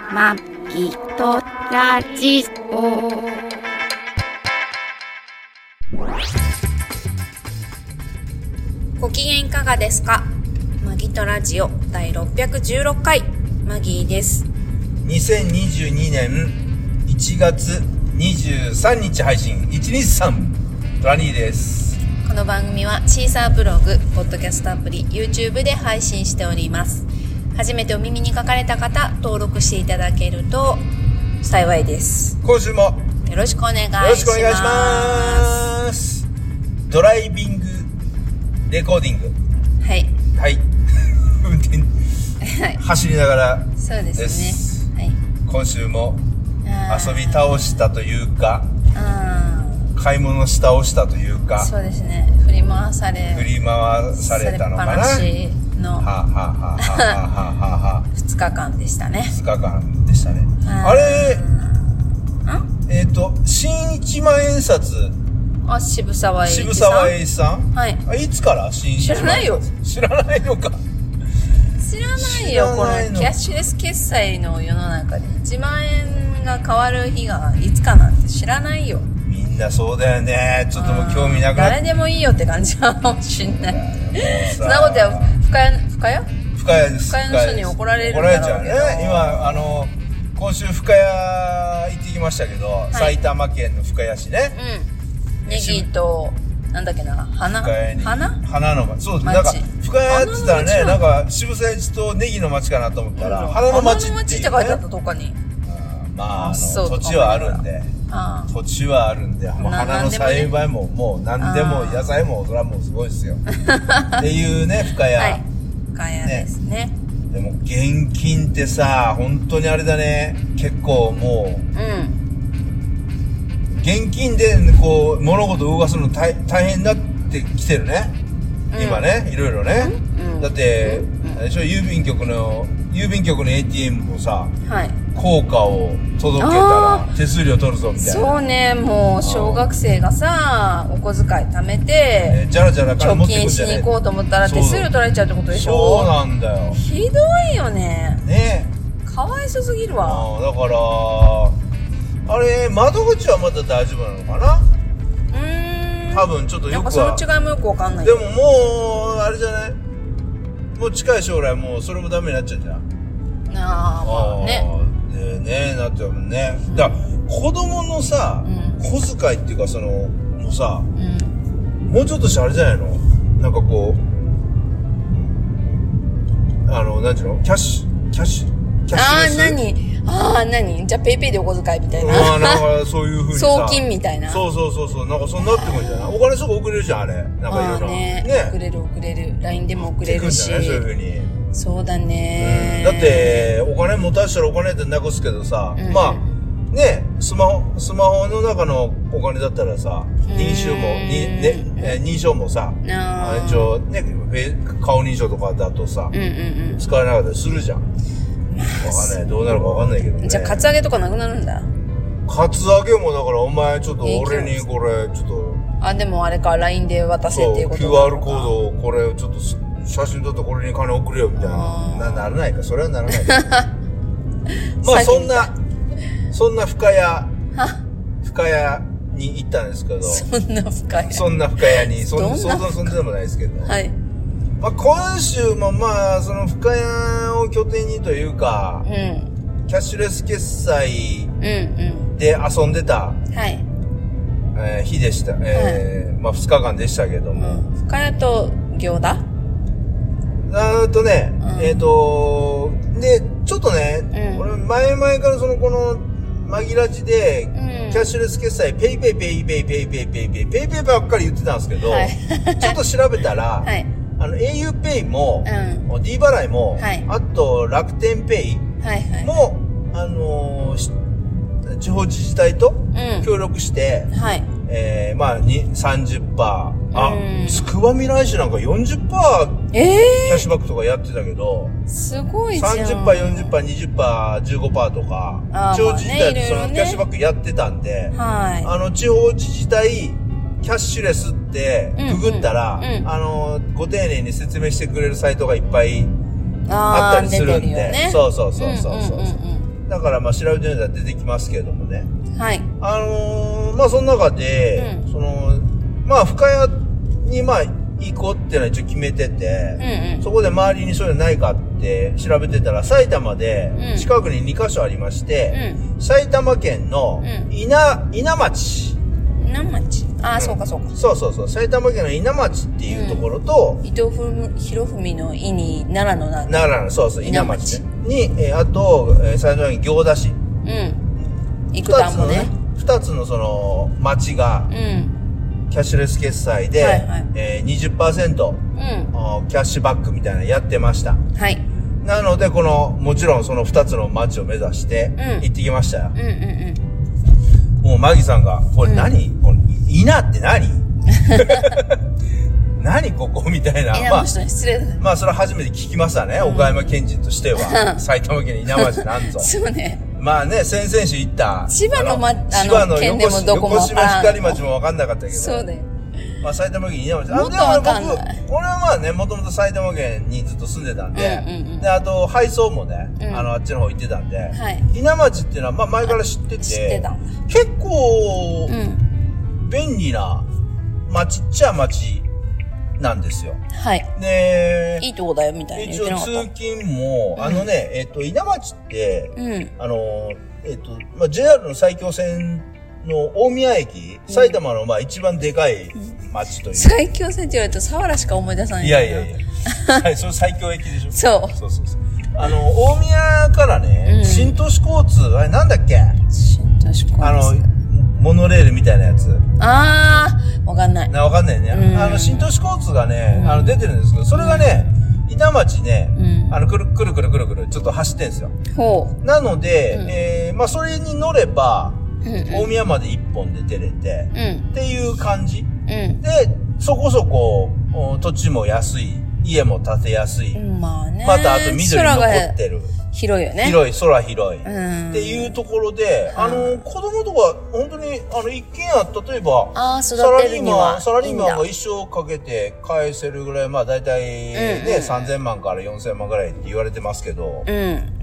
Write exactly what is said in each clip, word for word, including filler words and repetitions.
まきとラジオ。ご機嫌いかがですか？マギとラジオだいろっぴゃくじゅうろっかい、マギーです。 にせんにじゅうにねんいちがつにじゅうさんにち配信いちにちさんトラニーです。 この番組はシーサーブログ、ポッドキャストアプリ、YouTube で配信しております。初めてお耳に書かれた方、登録していただけると幸いです。 今週もよろしくお願いします。 よろしくお願いします。ドライビングレコーディング、 はいはい運転、はい、走りながらです。 そうですね、はい、 今週も遊び倒したというか、あ買い物し倒したというか、 そうですね、振り回され振り回されたのかな、 されっぱなしのはあ、はあはあはあはあ、ふつかかんでしたね。 ふつかかんでしたね。あれえっ、ー、と新一万円札、 あ、渋沢栄一さん、 渋沢栄一さん、 はい、 あ、いつから新一万円札？知らないよ。知らないのか。 知らないよ。このキャッシュレス決済の世の中でいちまんえんが変わる日がいつかなんて知らないよ。 みんなそうだよね。ちょっともう興味なくなって、 誰でもいいよって感じかもしんない。そんなことや、深谷深谷深谷です。 深谷の人に怒られるんだろうけど、怒られちゃうね。今あの今週深谷行ってきましたけど、はい、埼玉県の深谷市ね、 うん、ネギとなんだっけな、花花花の町、そう、なんか深谷って言ったらね、なんか渋沢栄一とネギの町かなと思ったら、うん、花の町っていう、ね、花の町って書いてあったとかに、まあ、あの土地はあるんで、ああ土地はあるんで、もう花の栽培ももう何でも野菜もそれはもうすごいですよっていうね、深谷、はい、 深谷ですね。ね、 でも現金ってさ、本当にあれだね、結構もう、うん、現金でこう物事を動かすの 大, 大変になってきてるね、うん、今ね、いろいろね、うんうん、だって、うん、あれでしょ、郵便局の郵便局の エーティーエム もさ、はい、硬貨を届けたら手数料取るぞみたいな。そうね、もう小学生がさ、お小遣い貯めて、ね、じゃらじゃら金持ってくんじゃね、貯金しに行こうと思ったら手数料取られちゃうってことでしょ。 そうなんだよ。 ひどいよね。ね、かわいそすぎるわ。 あ、だからあれ、窓口はまだ大丈夫なのかな。うーん、多分ちょっとよくは、 なんかその違いもよくわかんない。 でももうあれじゃない、もう近い将来もうそれもダメになっちゃうじゃん。 ああ、まあね。 でね、なってるもんね。だから子供のさ、うん、小遣いっていうかそのもうさ、うん、もうちょっとしたあれじゃないの？なんかこう、あの、なんていうの？キャッシュキャッシュキャッシュレス。 ああ、何？ああ、何？じゃあペイペイでお小遣いみたいな。 ああ、なんかそういう風にさ。 送金みたいな。 そうそうそうそう、なんかそうなってくるんじゃない？お金すぐ送れるじゃん、あれ。なんかいろいろ。 ね、ね。送れる送れる。ライン でも送れるし。そういう風に。 そうだね、 うん、だってお金持たしたらお金ってなくすけどさ、うん、まあね、スマホスマホの中のお金だったらさ、認証もに、ね、え認証もさ、あ一応ね、顔認証とかだとさ、うんうんうん、使えなかったりするじゃん。わかんない、どうなるかわかんないけどね。 じゃあカツアゲとかなくなるんだ。 カツアゲもだからお前ちょっと俺にこれちょっと、 あ、でもあれか、ライン で渡せっていうこと。 キューアール コードをこれちょっと写真撮ってこれに金送れよみたいな、な、ならないか、それはならないかまあそんなそんな深谷深谷に行ったんですけど、 そんな深谷そんな深谷にそんな想像そんでもないですけど、はい、まあ今週もまあその深谷を拠点にというか、うん、キャッシュレス決済で遊んでた、うんうん、はい、えー、日でした、えーはい、まあふつかかんでしたけども、 うん、深谷と行田あーとね、うん、えっ、ー、とでちょっとね、うん、俺前々からそのこの紛らじで、うん、キャッシュレス決済ペイペイペイペイペイペイペイペイペイペイばっかり言ってたんですけど、はい、ちょっと調べたら、はい、あの エーユー ペイも、うん、D 払いも、はい、あと楽天ペイも、はいはい、あのー、地方自治体と協力して、うん、はい、えー、まあに さんじゅっパーセント、あ、つくばみらい市なんか よんじゅっパーセント、えー、キャッシュバックとかやってたけど、 すごいじゃん。 さんじゅっパーセント、よんじゅっパーセント、にじゅっパーセント、じゅうごパーセント とか、地方自治体ってそのキャッシュバックやってたんで、はい、あの地方自治体キャッシュレスってググったら、うんうんうん、あのご丁寧に説明してくれるサイトがいっぱいあったりするんで、ね、そうそうそうそうそう、うんうんうんうん、 だからまあ調べてみたら出てきますけれどもね。 はい。 あのー、まあその中で、うん、その、まあ深谷にまあ行こうっていうのは一応決めてて、うんうん、そこで周りにそういうのないかって調べてたら、埼玉で近くににカ所ありまして、うん、埼玉県の稲、稲町。 稲町ああ、うん、そうかそうか。 そうそうそう。埼玉県の稲町っていうところと、 うん、伊藤博文の伊に奈良の奈良。奈良の、そうそう、稲町、ね、に、えー、あと、えー、埼玉県行田市。うん。 幾多もね。 二つのその町が、うん、キャッシュレス決済で、はいはい、えー、にじゅっパーセント、うん、キャッシュバックみたいなのやってました。はい。なので、この、もちろんその二つの町を目指して行ってきましたよ。うん、うん、うんうん。もうマギさんが、これ何、うん、この稲って何何ここみたいな。 まあ、失礼だね。 まあ、それは初めて聞きましたね。うん、岡山県人としては。埼玉県の稲町なんぞ。 そうね。 まあね、先々週行った。 千葉の、ま、あの、 千葉の県でもどこも横島光町も分かんなかったけど。 そうだよ。 まあ、埼玉県稲町。 もっと分かんない。 僕、俺はまあね、もともと埼玉県にずっと住んでたんで、うんうんうん、で、あと、配送もね、うん、あの、あっちの方行ってたんで、はい、稲町っていうのは、まあ、前から知ってて、 知ってた。 結構、うん、便利な町っちゃ町なんですよ。 はい。 で、 いいとこだよ、みたいな。 一応通勤も、うん、あのね、えっと、稲町って、うん、あの、えっと、まあ、ジェイアール の埼京線の大宮駅、うん、埼玉のまあ一番でかい町という。 埼京線って言われると佐原しか思い出さない。 いやいやいや。それ埼京駅でしょ。 そう。 そうそうそう。あの、大宮からね、うん、新都市交通、あれなんだっけ？ 新都市交通。 あの、モノレールみたいなやつ。 あー、わかんない。 な、わかんないね。うん、あの、新都市交通がね、うん、あの、出てるんですけど、それがね、稲町ね、うん、あの、くるくるくるくるくる、ちょっと走ってんですよ。ほう。なので、うん、えー、まあ、それに乗れば、うんうん、大宮まで一本で出れて、うん、っていう感じ。うん、で、そこそこ、土地も安い、家も建てやすい。 まあね。 また、あと緑残ってる。 広いよね。 広い、空広い。うん、っていうところで、あの、子供とか、本当に、あの、一軒家、例えば、 あサラリーマン、サラリーマンが一生かけて返せるぐらい、まあ、だいたいね、うんうん、さんぜんまんからよんせんまんぐらいって言われてますけど。 うん。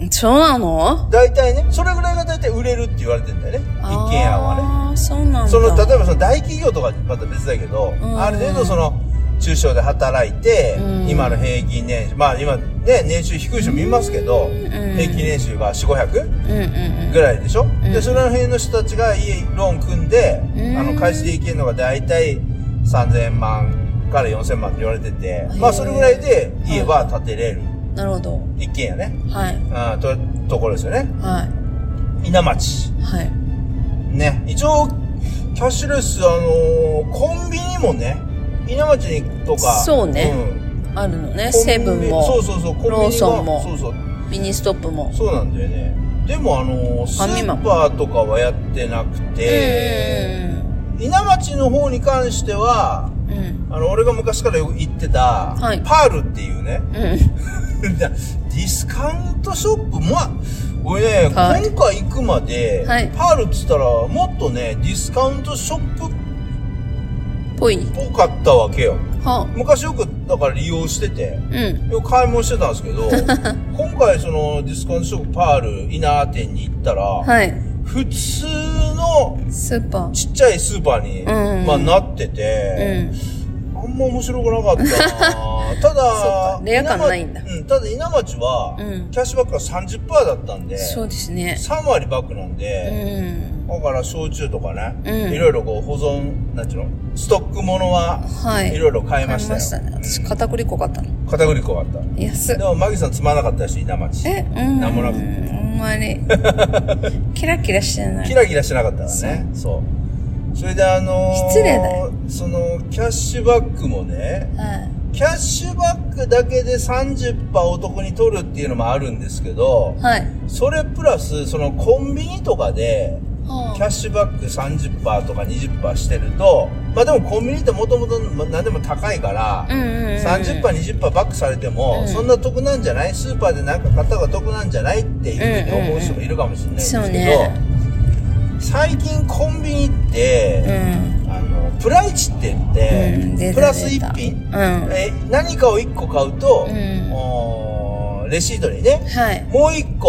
そうなの？ だいたいね、それぐらいがだいたい売れるって言われてるんだよね。一軒家はね。 ああ、そうなんだ。 その、例えばその大企業とかまた別だけど、うんうん、ある程度その、中小で働いて、うん、今の平均年収、まあ今ね、年収低い人見ますけど、うん、平均年収がよん、ごひゃく、うん、ぐらいでしょ、うん、で、その辺の人たちが家ローン組んで、うん、あの、返しでいけるのがだいたいさんぜんまんからよんせんまんって言われてて、まあそれぐらいで家は建てれる。 なるほど。 一軒家ね。 はい。 あと、ところですよね。 はい。 稲町。 はい。 ね、一応、キャッシュレス、あのー、コンビニもね、稲町にとか。 そうね。うん、あるのね。セブンも。 そうそうそう。コンビニローソンも。 そうそう。 ミニストップも。 そうなんだよね。でもあのー、スーパーとかはやってなくて、稲町の方に関しては、うん、あの、俺が昔から行ってた、はい、パールっていうね、うん、ディスカウントショップ、まあ、俺ね、はい、今回行くまで、はい、パールって言ったら、もっとね、ディスカウントショップぽい。 ぽかったわけよ。 はあ、 昔よく、だから利用してて、うん、よく買い物してたんですけど、今回そのディスカウントショップパール稲店に行ったら、はい、普通のスーパーちっちゃいスーパーに、うん、まあ、なってて、うん、あんま面白くなかったなただ、 レア感ないんだ。 うん、ただ稲町は、うん、キャッシュバックが さんじゅっパーセント だったんで、 そうですね。 さんわりバックなんで、うんだから焼酎とかね、うん、いろいろこう保存、なんちゅうの、ストックものは、はい。いろいろ買いましたよ。 買いましたね。私、片栗粉買ったの。 片栗粉買った。 安っ。 でも、マギさんつまらなかったし、稲町。 え、うん。 なんもなく。 ほんまに。キラキラしてない。 キラキラしてなかったからね。そう。それであのー、 失礼だよ。 その、キャッシュバックもね、はい。キャッシュバックだけで さんじゅっパーセント お得に取るっていうのもあるんですけど、はい。それプラス、そのコンビニとかで、キャッシュバック さんじゅっパーセント とか にじゅっパーセント してると、まあでもコンビニってもともと何でも高いから、うんうんうん、さんじゅっパーセント、にじゅっパーセント バックされても、うん、そんな得なんじゃないスーパーでなんか買った方が得なんじゃないっていうふうに思う人もいるかもしれないんですけど、うんうんうんね、最近コンビニって、うん、あの、プライチって言って、うん、プラスいっぴん、うん、え何かをいっこ買うと、うん、レシートにね、はい、もういっこ、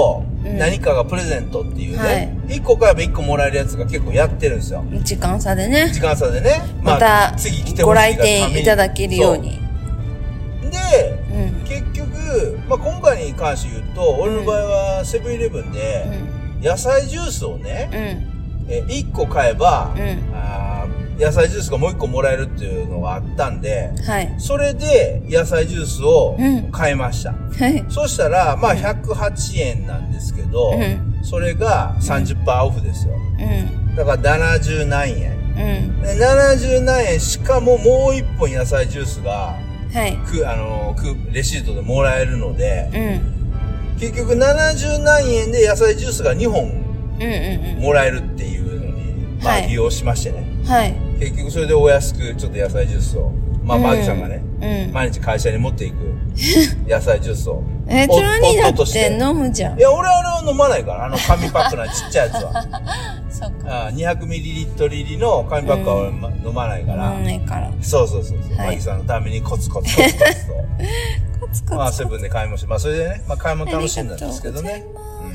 何かがプレゼントっていうね、 はい、 いっこ買えばいっこもらえるやつが結構やってるんですよ。 時間差でね。 時間差でね。 また、次来てほしいがためにご来店いただけるように。 で、うん、結局、まあ、今回に関して言うと、俺の場合はセブンイレブンで、野菜ジュースをね、うん、えいっこ買えば、うん、あ野菜ジュースがもういっこもらえるっていうのがあったんで、はい、それで野菜ジュースを買いました。うんはい、そしたら、まあひゃくはちえんなんですけど、うん、それが さんじゅっパーセント オフですよ。うん、だからななじゅうなんえん、うん。でななじゅうなんえんしかももういっぽん野菜ジュースが、はい、く、あの、く、レシートでもらえるので、うん、結局ななじゅうなんえんで野菜ジュースがにほんもらえるっていうのに、まあ利用しましてね。はい。結局それでお安くちょっと野菜ジュースを、まあ、マギさんがね、うん、毎日会社に持っていく野菜ジュースを。 え、チュラニだって飲むじゃん。 いや、俺あれは飲まないから、あの紙パックのちっちゃいやつは。そっか。にひゃくミリリットル入りの紙パックは俺、うん、飲まないから。 飲まないから。 そうそうそうそう。はい、マギさんのためにコツコツコツコツと。コツコツ。まあ、セブンで買い物して、まあ、それでね、まあ、買い物楽しんだんですけどね。うん、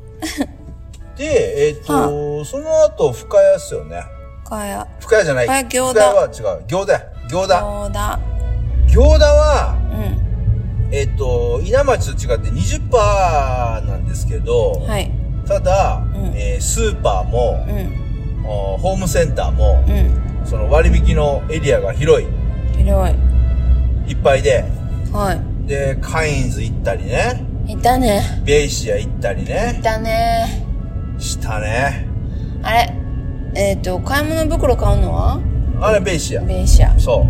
で、えっ、ー、と、はあ、その後、深谷っすよね。 深谷。 深谷じゃない。 深谷餃子。 深谷は違う。餃子や。餃子。 餃子。 餃子は、うん、えっ、ー、と、稲町と違って にじゅっパーセント なんですけど、はい、ただ、うん、えー、スーパーも、うん、ホームセンターも、うん、その割引のエリアが広い。 広い。 いっぱいで。 はい。 で、カインズ行ったりね。 行ったね。 ベイシア行ったりね。 行ったね。 したね。 あれえっ、ー、と、買い物袋買うのはあれベイシア。 ベイシア。 そう。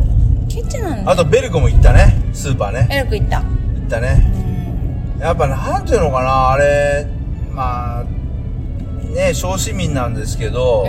ケチなんだ。 あとベルコも行ったね。スーパーね。 ベルコ行った。 行ったね。うん。やっぱなんていうのかな、あれ、まあ、ね、小市民なんですけど、うん、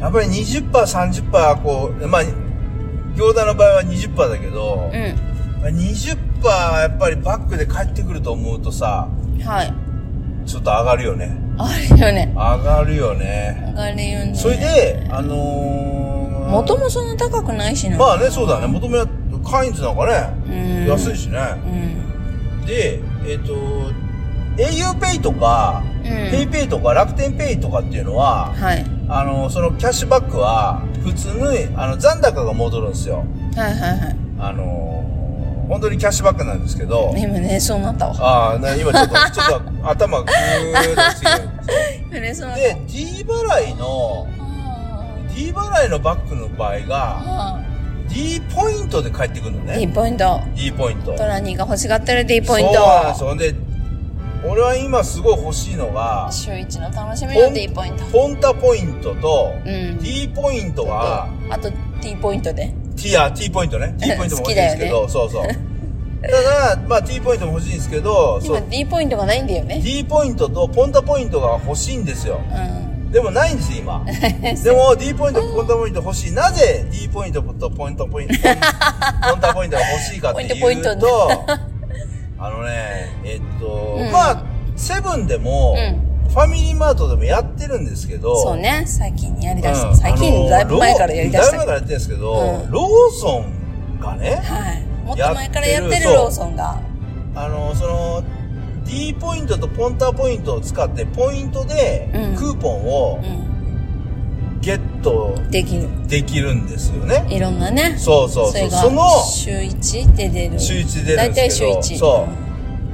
やっぱり にじゅっパーセント、さんじゅっパーセント こう、まあ、餃子の場合は にじゅっパーセント だけど、うん、にじゅっパーセント はやっぱりバッグで帰ってくると思うとさ、はい。ちょっと上がるよね。 上がるよね。 上がるよね。 上がるよね。 それで、あのー、 元もそんな高くないしな。 まあね、そうだね。元もや、カインズなんかね、安いしね。うん、で、えっ、ー、と、auPay とか、うん、PayPay とか楽天ペイとかっていうのは、はい。あの、そのキャッシュバックは、普通に、あの、残高が戻るんですよ。はいはいはい。あのー、本当にキャッシュバックなんですけど。 今ね、そうなったわ。 ああ、今ちょっと、ちょっと頭グーッとついてるんですよ。 今ね、そうなった。 で、D 払いの、D 払いのバックの場合が、D ポイントで返ってくるのね。 D ポイント。 D ポイント。 トラニーが欲しがってる D ポイント。 そうなんですよ。で、俺は今すごい欲しいのが、 週一の楽しみの D ポイント。 ポンタポイントと、うん、D ポイントは、 あと T ポイントで。 T、あ、T ポイントね。T ポイントも欲しいんですけど、ね、そうそう。ただ、まあ T ポイントも欲しいんですけど、 今 D ポイントがないんだよね。 D ポイントとポンタポイントが欲しいんですよ。うん、でもないんですよ、今。でも D ポイントとポンタポイント欲しい。なぜ D ポイントとポンタポイント、ポンタポイントが欲しいかっていうと、あのね、えっと、うん、まあ、セブンでも、うん、ファミリーマートでもやってるんですけど。 そうね、最近やりだした。うん、最近、だいぶ前からやりだした。 だいぶ前からやってるんですけど、うん、ローソンがね、 はい。もっと前からやってるローソンが。 あの、その、D ポイントとポンタポイントを使って、ポイントでクーポンをゲットできる。 できるんですよね。 いろんなね。 そうそうそう。 それがその、 週いちで出る。 週いちで出るんですけど。 だいたい週いち。 そう。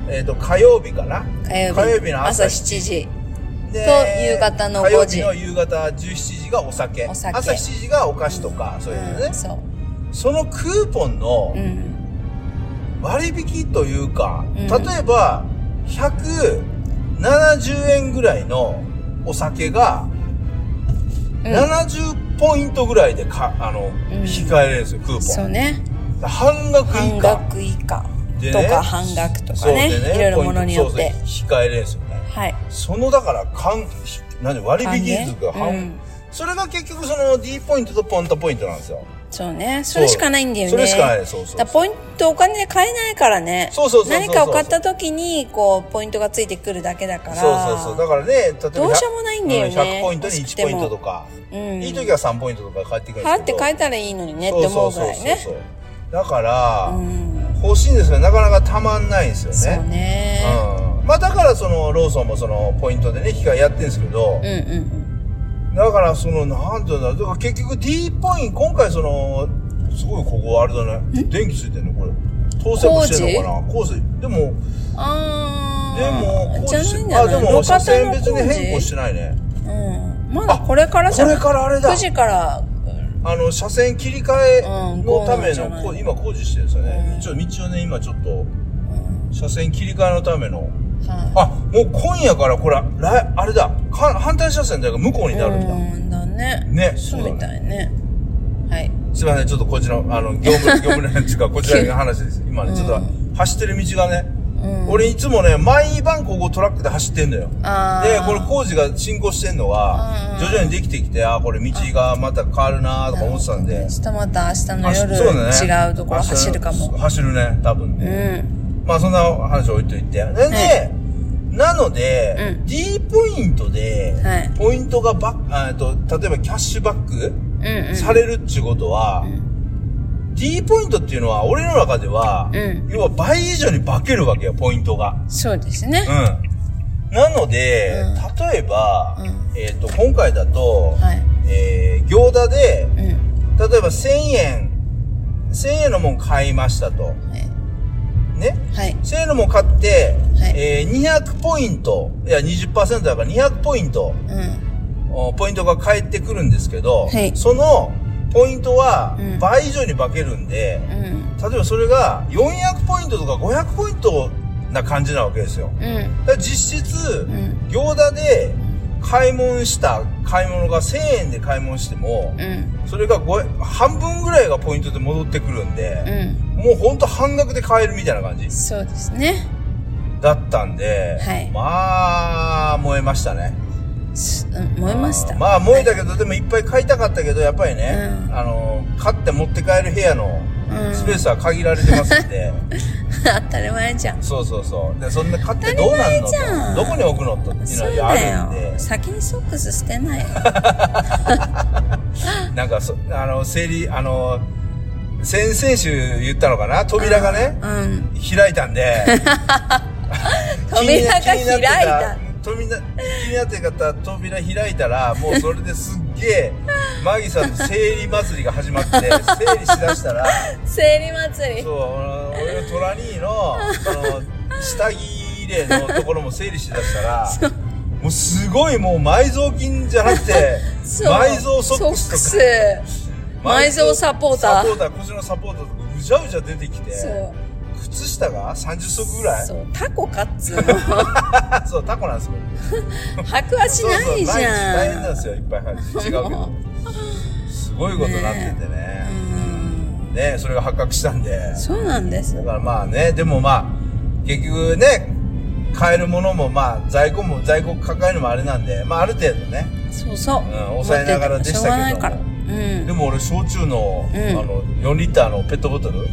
えっと、火曜日かな。 火曜日。 火曜日の朝しちじ。と、夕方のごじ。 火曜日の夕方じゅうしちじがお酒。 お酒。 朝しちじがお菓子とか、そういうのね。 そう。 そのクーポンの割引というか、例えば、ひゃくななじゅうえんぐらいのお酒が、ななじゅうポイントぐらいでか、あの、引かれるんですよ、クーポン。 そうね。 半額以下。 半額以下。とか半額とかね。いろいろものによって。 引かれるんですよね。はい。その、だから、かん、何、割引率が半、それが結局その D ポイントとポンタポイントなんですよ。 そうね。それしかないんだよね。 それしかないです。そうそう。 だポイントお金で買えないからね。 そうそうそうそう。 何かを買った時に、こう、ポイントがついてくるだけだから。 そうそうそう。だからね、例えば。 どうしようもないんだよね。 ひゃくポイントにいちポイントとか。うん。いい時はさんポイントとか返ってくるんですけど。 払って買えたらいいのにねって思うぐらいね。そうそうそう。だから、うん、欲しいんですけど、なかなかたまんないんですよね。 そうね。 うん。 まあだからそのローソンもそのポイントでね、機械やってるんですけど、 うんうん。 だからその、なんていうんだろう、だから結局 D ポイント、今回その、すごいここあれだね。電気ついてんのこれ。当選もしてんのかな工事でも、 あでも、 工事じゃないんだあ、でも車線別に変更してないね。 うん。まだこれからじゃん。 これからあれだ。 くじから、 あの、車線切り替えのための、うん、今工事してるんですよね。ちょっと道をね、今ちょっと、うん、車線切り替えのための、はい、あ、もう今夜からこれ、あれだ、反対車線だから向こうになるんだ。 うんだね。 ね。 そうみたいね。はい。 すいません、ちょっとこっちの、あの、業務、業務なんていうか、こちらの話です。今ね、ちょっと走ってる道がね、うん、俺いつもね、毎晩ここトラックで走ってんのよ。で、これ工事が進行してんのは、徐々にできてきて、あ、これ道がまた変わるなとか思ってたんで。 ちょっとまた明日の夜、ね、違うところ走るかも。 走るね、多分ね。うん、まあそんな話置いといて。で、はい、なので、うん、D ポイントで、ポイントがバッ、と例えばキャッシュバック、うんうん、されるっていうことは、うん、D ポイントっていうのは、俺の中では、うん、要は倍以上に化けるわけよ、ポイントが。 そうですね。 うん。なので、うん、例えば、うん、えっと、今回だと、はい、えー、行田で、うん、例えばせんえん、せんえんのもん買いましたと。はい、ね、はい、せんえんのもん買って、はい、えー、にひゃくポイント、いや にじゅっパーセント だからにひゃくポイント、うん、ポイントが返ってくるんですけど、はい、そのポイントは倍以上に化けるんで、うん、例えばそれがよんひゃくポイントとかごひゃくポイントな感じなわけですよ。うん、だから実質、うん、行田で買い物した買い物がせんえんで買い物しても、うん、それが半分ぐらいがポイントで戻ってくるんで、うん、もうほんと半額で買えるみたいな感じ。 そうですね。 だったんで、はい、まあ、燃えましたね。 燃えました。 まあ燃えたけど、はい、でもいっぱい買いたかったけど、やっぱりね、うん、あの、買って持って帰る部屋のスペースは限られてますんで。 うん、当たり前じゃん。 そうそうそう。で、そんな買ってどうなんのと、どこに置くのとっていうのはあるんで。 先にソックス捨てないよ。 なんかそ、あの、生理、あの、先々週言ったのかな扉がね、うん、開いたんで。 扉が開いた。 扉、気になってる方、扉開いたら、もうそれですっげえ、マギさんの生理祭りが始まって、整理しだしたら、 生理祭りそう、俺のトラニーの、その、下着入れのところも整理しだしたら、もうすごいもう埋蔵金じゃなくて、埋蔵ソックスとか、 ソックス、埋蔵サポーター。 サポーター、腰のサポーターとか、うじゃうじゃ出てきて、そう靴下がさんじゅっ足ぐらい。 そう、タコかっつうの。 そう、タコなんですよ。 履く足ないじゃん。そうそう、 大変なんですよ、いっぱい履いて。違うけど。すごいことになっててね。ね, ねそれが発覚したんで。 そうなんです。 だからまあね、でもまあ、結局ね、買えるものもまあ、在庫も、在庫抱えるのもあれなんで、まあある程度ね。 そうそう。うん、 抑えながらでしたけども。しょうがないから。うん、でも俺焼酎の、うん、あのよんリッターのペットボトル、うん、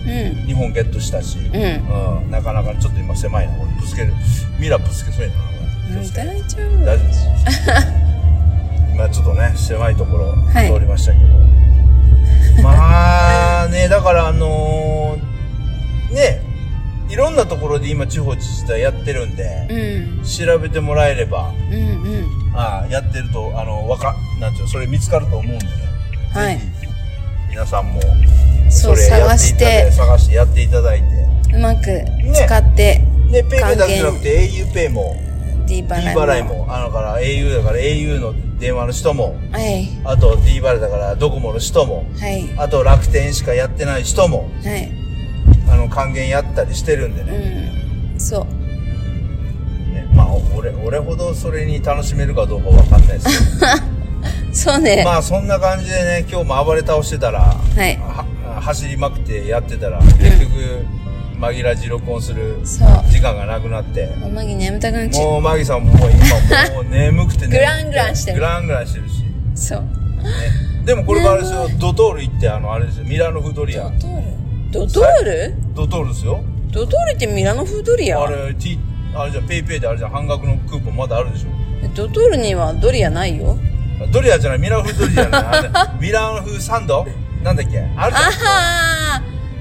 にほんゲットしたし、うんうん、なかなかちょっと今狭いな。俺ぶつけるミラーぶつけそうやな。 うん、大丈夫大丈夫です今ちょっとね狭いところ通りましたけど、はい、まあねだからあのー、ねいろんなところで今地方自治体やってるんで、うん、調べてもらえれば、うんうん、あやってるとあのわかなんていうのそれ見つかると思うんでね。はい、皆さんもそれやっていただいて探してやっていただいてうまく使ってね、ペイペイだけじゃなくて auPay も D 払いもあのから au だから au の電話の人も、はい、あと D 払いだからドコモの人も、はい、あと楽天しかやってない人も、はい、あの還元やったりしてるんでね、 うん、そうねまあ俺俺ほどそれに楽しめるかどうかわかんないですけどそうね。 まあそんな感じでね、今日も暴れ倒してたら、はい、は走りまくってやってたら、うん、結局、マギラジ録音する時間がなくなって。 もうマギ眠たくなっちゃう。 もうマギさんももう今もう眠くてね。 グラングランしてる。 グラングランしてるし。 そう。ね、 でもこれがあれですよ、ドトール行って、あの、あれですよ、ミラノフードリア。 ドトールドトールドトールですよ。 ドトールってミラノフードリアあれ、T、あれじゃん、ペイペイであれじゃん、半額のクーポンまだあるでしょ。 ドトールにはドリアないよ。 ドリアじゃない、ミラノ風ドリアじゃない。ミラノ風サンドなんだっけあるじゃん。 あ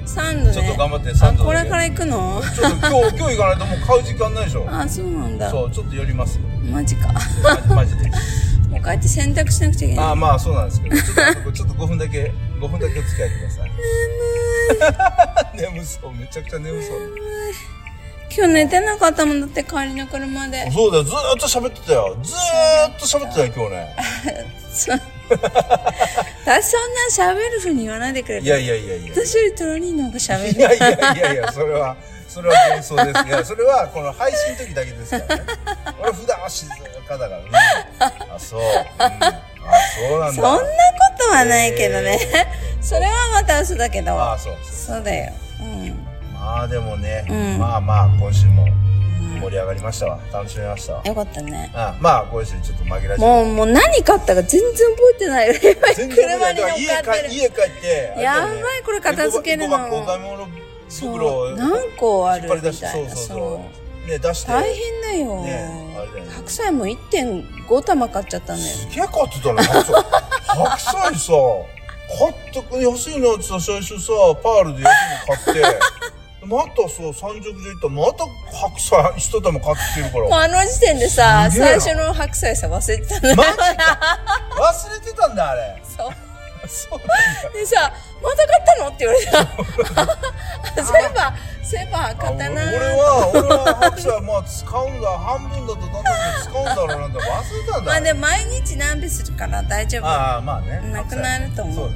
さんどね。 ちょっと頑張ってさんどだけ。 あ、これから行くの？ ちょっと今日、今日行かないともう買う時間ないでしょ。 あ、そうなんだ。 そう、ちょっと寄りますよ。 マジか。 マジで。 もう帰って洗濯しなくちゃいけない。 あ、まあそうなんですけど、ちょっと、ちょっとごふんだけ、ごふんだけお付き合いください。眠い。眠そう、めちゃくちゃ眠そう。 今日寝てなかったもんだって帰りの車で。 そうだよ、ずーっと喋ってたよ。ずーっと喋ってたよ、今日ね。 そ私そんな喋るふうに言わないでくれる。 いやいやいやいや。 私よりトロニーの方が喋る。 いやいやいやいや、それは、それは幻想です。いや、それはこの配信の時だけですからね。俺普段は静かだからね。あ、そう。うん、あ、そうなんだ。 そんなことはないけどね。えー、それはまた嘘だけど。 あ、そうそう。 そうだよ。うん。 まあでもね、 うん、 まあまあ今週も盛り上がりましたわ。楽しみましたわ。 よかったね。 あ、まあ今週ちょっと紛らわしい。 もう、もう何買ったか全然覚えてないよ。 全然車に乗っかってる。 家帰って、 やばい、これ片付けるの。 お買い物袋を何個あるみたいな。 そうそうそうね、出して。 大変だよ。ね、あれだよね。白菜も いってんご 玉買っちゃったね。 すげえ買ってたね、白菜。白菜さ、買って、安いのってさ、最初さ、パールで安いの買って、またそう、三着で行ったら、また白菜一玉買ってきてるから。もうあの時点でさ、最初の白菜さ、忘れてたね。 マジか。忘れてたんだ、あれ。 そう。 そうなんだ。 でさ、また買ったのって言われた。そういえば、そういえば買ったな。 俺は、俺は白菜まあ使うんだ、半分だとなんだけど使うんだろうなんて忘れたんだ。 まあでも毎日何尾するから大丈夫。 ああ、まあね。 なくなると思う。そう。うん、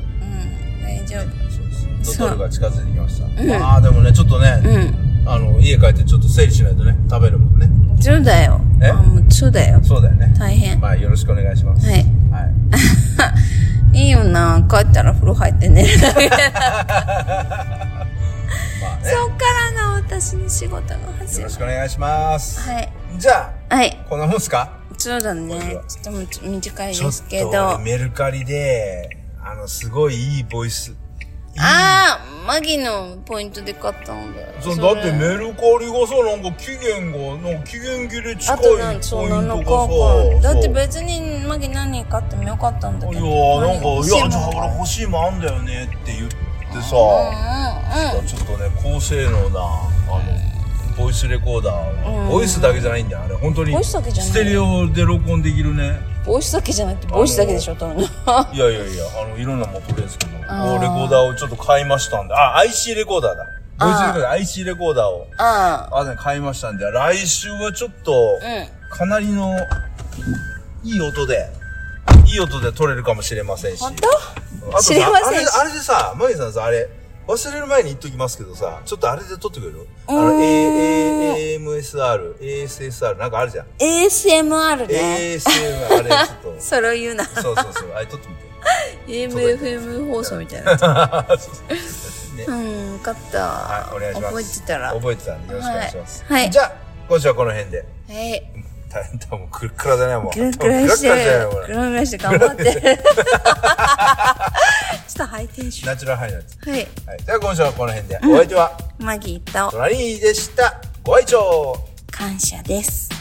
大丈夫。 そうです。ドルが近づいてきました。うん、ああ、でもね、ちょっとね、うん、あの、家帰ってちょっと整理しないとね、食べるもんね。 そうだよ。 えあ、もうそうだよ。 そうだよね。 大変。 まあよろしくお願いします。 はい。はい。いいよな、帰ったら風呂入って寝るだけだからまあね、そっからの私の仕事が始まる。 よろしくお願いします。 はい。 じゃあ、 はい。 こんなもんすか？ そうだね。ちょっと短いですけど。 ちょっとメルカリで、あの、すごいいいボイス。 ああ、マギのポイントで買ったんだよ。 そう、だってメルカリがさ、なんか期限が、なんか期限切れ近いポイントがさ。 だって別にマギ何買ってもよかったんだけど。 いや、なんか、いや、じゃあ俺欲しいもんあんだよねって言ってさ、うんうん、ちょっとね、高性能な、あの、ボイスレコーダー、うん、ボイスだけじゃないんだよ、あれ。本当に。ステレオで録音できるね。 ボイスだけじゃなくて、ボイスだけでしょ、撮るの。いやいやいや、あの、いろんなもん撮れるんですけど、レコーダーをちょっと買いましたんで、あ、アイシー レコーダーだ。ボイスレコーダー、アイシー レコーダーを、ああ、ね、買いましたんで、来週はちょっと、かなりの、いい音で、いい音で撮れるかもしれませんし。 本当？知りませんし。 あれでさ、マギさんさ、あれ、忘れる前に言っときますけどさ、ちょっとあれで撮ってくれる？あの、エーエムエスアール、エーエスエスアール、なんかあるじゃん。 エーエスエムアール ね。 エーエスエムアール、あれちょっと。 それを言うな。 そうそうそう、あれ撮ってみて。 エーエムエフエム 放送みたいな。うん、分かった。 はい、お願いします。 覚えてたら。 覚えてたんで、よろしくお願いします。 はい。 じゃあ、今週はこの辺で。 はい。 大変だ、もうクラクラだね、もう。 クラクラしてる。クラクラして頑張ってる。ちょっとハイテンション。 ナチュラルハイになって。 はい。 はい。じゃあ今週はこの辺で。お相手は、 マギーと、 トラニーでした。ご愛聴感謝です。